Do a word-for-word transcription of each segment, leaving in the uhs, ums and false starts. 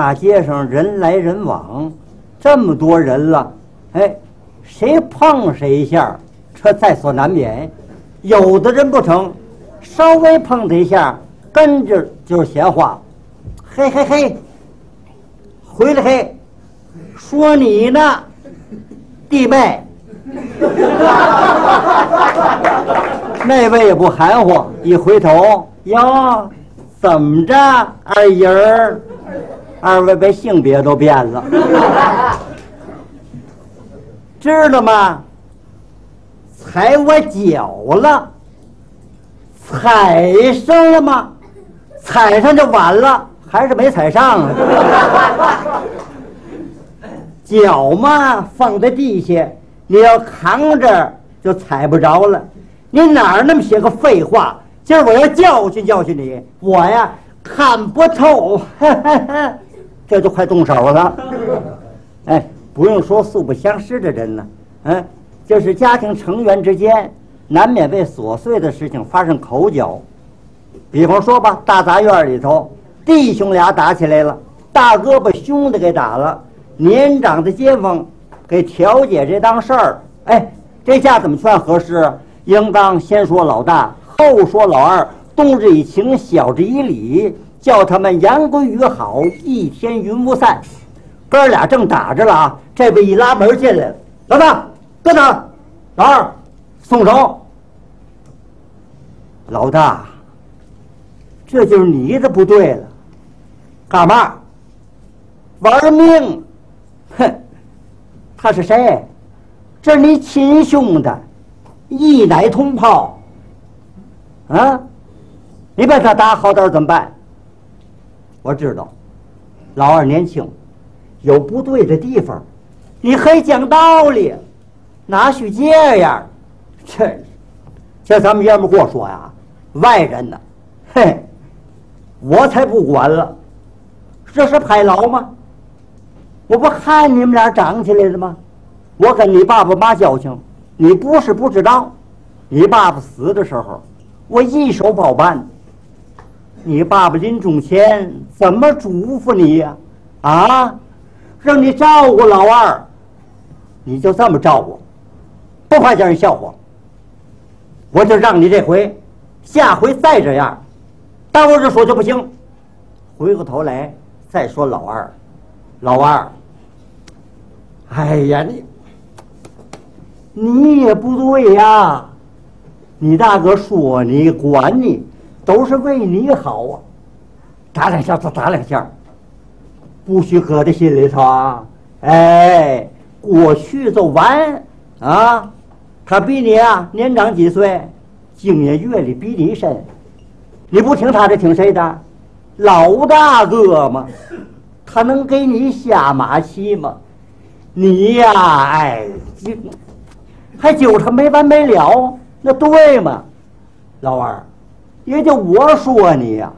大街上人来人往，这么多人了，哎，谁碰谁一下，这在所难免。有的人不成，稍微碰他一下，跟着就是闲话。嘿嘿嘿，回来嘿，说你呢，弟妹。那位也不含糊，一回头，哟，怎么着，二姨儿？二位被性别都变了，知道吗？踩我脚了，踩上了吗？踩上就完了，还是没踩上啊？脚嘛放在地下，你要扛着就踩不着了。你哪儿那么些个废话？今儿我要教训教训你，我呀看不透，这就快动手了。哎，不用说素不相识的人了，嗯，就是家庭成员之间难免为琐碎的事情发生口角。比方说吧，大杂院里头弟兄俩打起来了，大哥把兄弟给打了，年长的街坊给调解这档事儿，哎，这下怎么算合适？应当先说老大，后说老二，冬日以情，晓之以理，叫他们言归于好，一天云无散。哥俩正打着了啊，这位一拉门进来了，老大搁哪？老二松手。老大，这就是你的不对了，干嘛玩命？哼，他是谁？这是你亲兄弟，一奶同胞啊！你把他打好点怎么办？我知道，老二年轻，有不对的地方，你可以讲道理，哪许这样？真是，这咱们爷们跟我说呀，外人呢，嘿，我才不管了，这是拍牢吗？我不看你们俩长起来的吗？我跟你爸爸妈交情，你不是不知道。你爸爸死的时候，我一手包办。你爸爸临终前怎么嘱咐你呀？啊，让你照顾老二，你就这么照顾，不怕叫人笑话。我就让你这回，下回再这样，当我这说就不行。回过头来再说老二，老二，哎呀你。你也不对呀，你大哥说你管你都是为你好啊，打两下就打两下，不许搁在心里头啊。哎，过去就完啊。他比你啊年长几岁，经验阅历比你深，你不听他的听谁的？老大哥嘛，他能给你下马棋吗？你呀，哎，你还揪他没完没了，那对吗？老二，也就我说你呀、啊，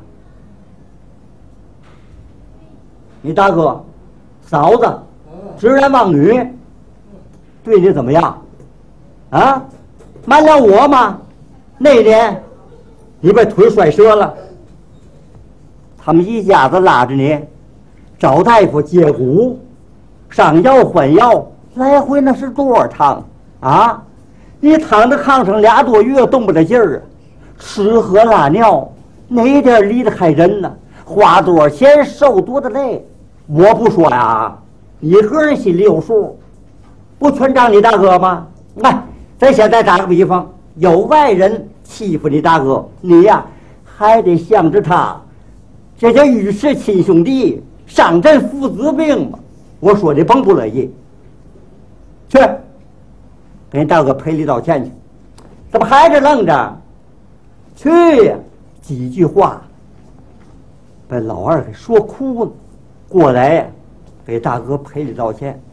你大哥、嫂子直男妄女，对你怎么样？啊，瞒了我吗？那年你把腿摔折了，他们一家子拉着你找大夫接骨，上药换药，来回那是多少趟？啊，你躺在炕上俩多月动不了劲儿啊，吃喝拉尿哪点离得开人呢？花多少钱受多大累，我不说呀，你个人心里有数，不全仗你大哥吗？哎，咱现在打个比方，有外人欺负你大哥，你呀还得向着他，这叫与世亲兄弟，上阵父子兵嘛。我说你甭不乐意，去给你大哥赔礼道歉去，怎么还是愣着？去呀！几句话把老二给说哭了，过来呀，给大哥赔礼道歉。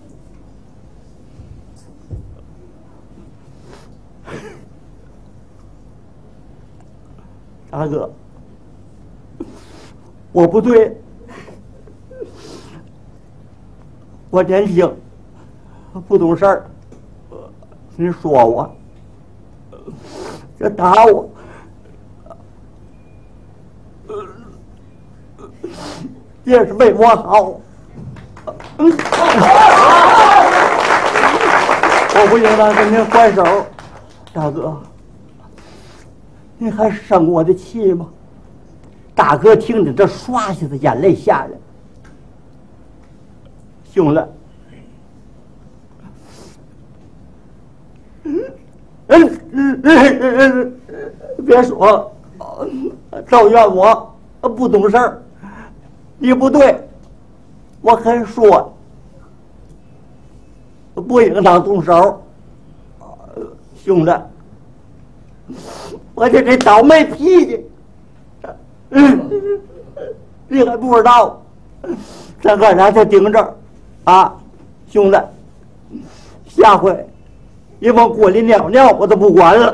大哥，我不对，我年轻，不懂事儿。你说我，这打我，也是为我好。 嗯，我不应当跟您还手，大哥，您还生我的气吗？大哥听着，这唰下子眼泪下来。兄弟，嗯嗯嗯嗯，别说，赵怨我不懂事儿，你不对，我还说，不应当动手。兄弟，我这这倒霉脾气，嗯，你还不知道，咱哥俩才顶着。啊，兄弟，下回你往锅里尿尿，我都不管了。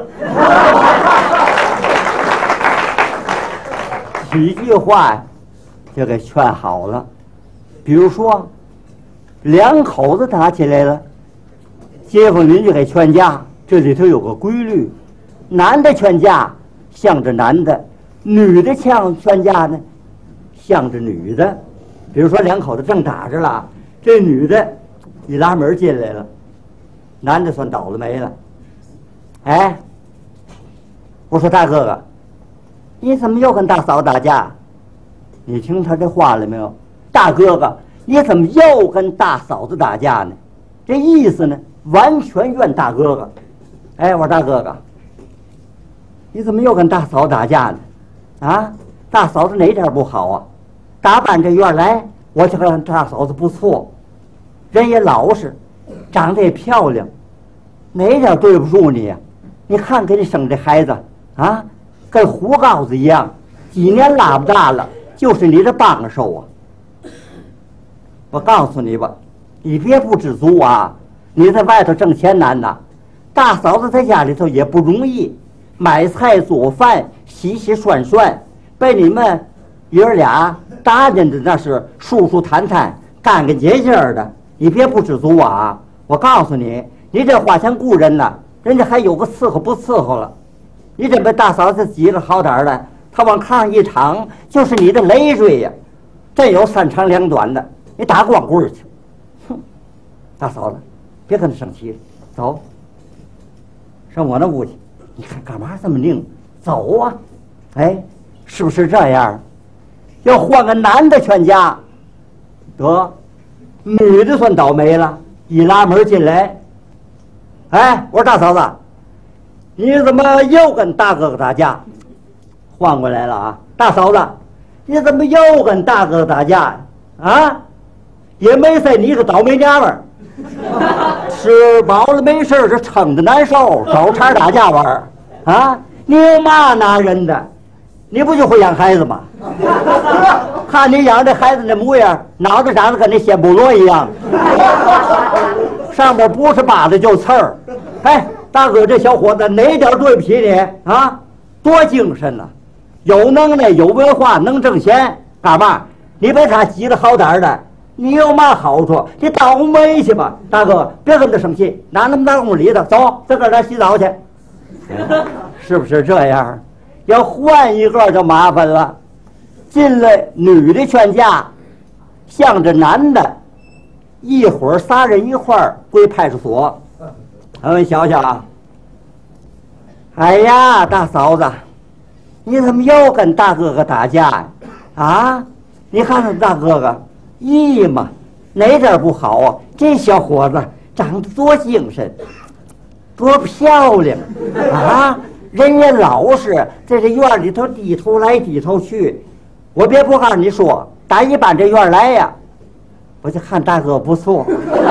几句话呀，就给劝好了。比如说，两口子打起来了，街坊邻居给劝架，这里头有个规律：男的劝架向着男的，女的劝劝架呢向着女的。比如说，两口子正打着了。这女的一拉门进来了，男的算倒了霉了。哎，我说大哥哥，你怎么又跟大嫂打架？你听他这话了没有？大哥哥，你怎么又跟大嫂子打架呢？这意思呢，完全怨大哥哥。哎，我说大哥哥，你怎么又跟大嫂打架呢？啊，大嫂子哪点不好啊？打扮这院来，我就看大嫂子不错。人也老实，长得也漂亮，哪点对不住你呀？你看给你生这孩子啊，跟胡告子一样，几年拉不大了，就是你的帮手啊！我告诉你吧，你别不知足啊！你在外头挣钱难呐，大嫂子在家里头也不容易，买菜做饭洗洗涮涮，被你们爷儿俩打点的那是舒舒坦坦、干干净净的。你别不知足啊！我告诉你，你这花钱雇人呢，人家还有个伺候不伺候了。你这被大嫂子急了好点的，她往炕上一躺，就是你的累赘呀！真有三长两短的，你打光棍去！哼，大嫂子，别跟他生气了，走，上我那屋去。你看干嘛这么拧？走啊！哎，是不是这样？要换个男的劝架，得。女的算倒霉了，一拉门进来，哎，我说大嫂子，你怎么又跟大哥哥打架？换过来了啊，大嫂子，你怎么又跟大哥哥打架啊？也没赛你个倒霉娘们儿，吃饱了没事这撑着难受，找茬打架玩儿啊？你有嘛拿人的？你不就会养孩子吗？看你养这孩子那模样，脑袋长得跟那仙菠萝一样，上边不是疤的就刺儿。哎，大哥，这小伙子哪点对不起你啊？多精神呐，有能耐，有文化，能挣钱，干嘛？你被他急得好点的，你有嘛好处？你倒霉去吧，大哥，别跟他生气，哪那么大功夫理他？走，自个儿来洗澡去，是不是这样？要换一个就麻烦了。进来女的劝架，向着男的，一会儿仨人一块儿归派出所。咱们想想啊，哎呀，大嫂子，你怎么又跟大哥哥打架呀？啊，你看看大哥哥，咦嘛，哪点不好啊？这小伙子长得多精神，多漂亮啊！人也老实，在这院里头低头来低头去。我别不告诉你说，打一般这院来呀，我就看大哥不错。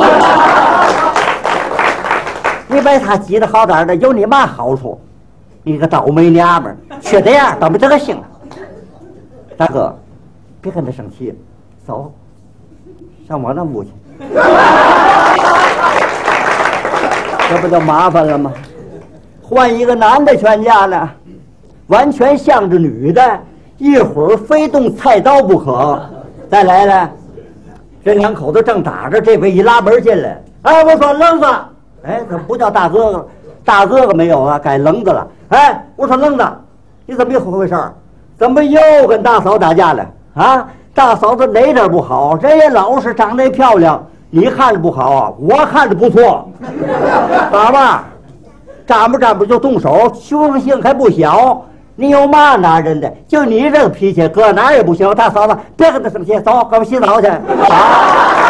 你把他急得好点的，有你嘛好处？你个倒霉娘们儿，缺德样，倒霉德行。大哥，别跟他生气了，走，上我那屋去。这不就麻烦了吗？换一个男的劝架呢，完全向着女的，一会儿非动菜刀不可。再来了，这两口子正打着，这位一拉门进来，哎，我说愣子，哎，怎么不叫大哥哥？大哥哥没有啊，改愣子了。哎，我说愣子，你怎么又回事？怎么又跟大嫂打架了？啊， 大嫂子哪点不好？人也老实，长得也漂亮。你看着不好啊，我看着不错。干嘛？站不站不就动手？羞耻性还不小。你有嘛男人的？就你这个脾气，搁哪儿也不行。大嫂子，别跟他生气，走，跟我洗澡去。啊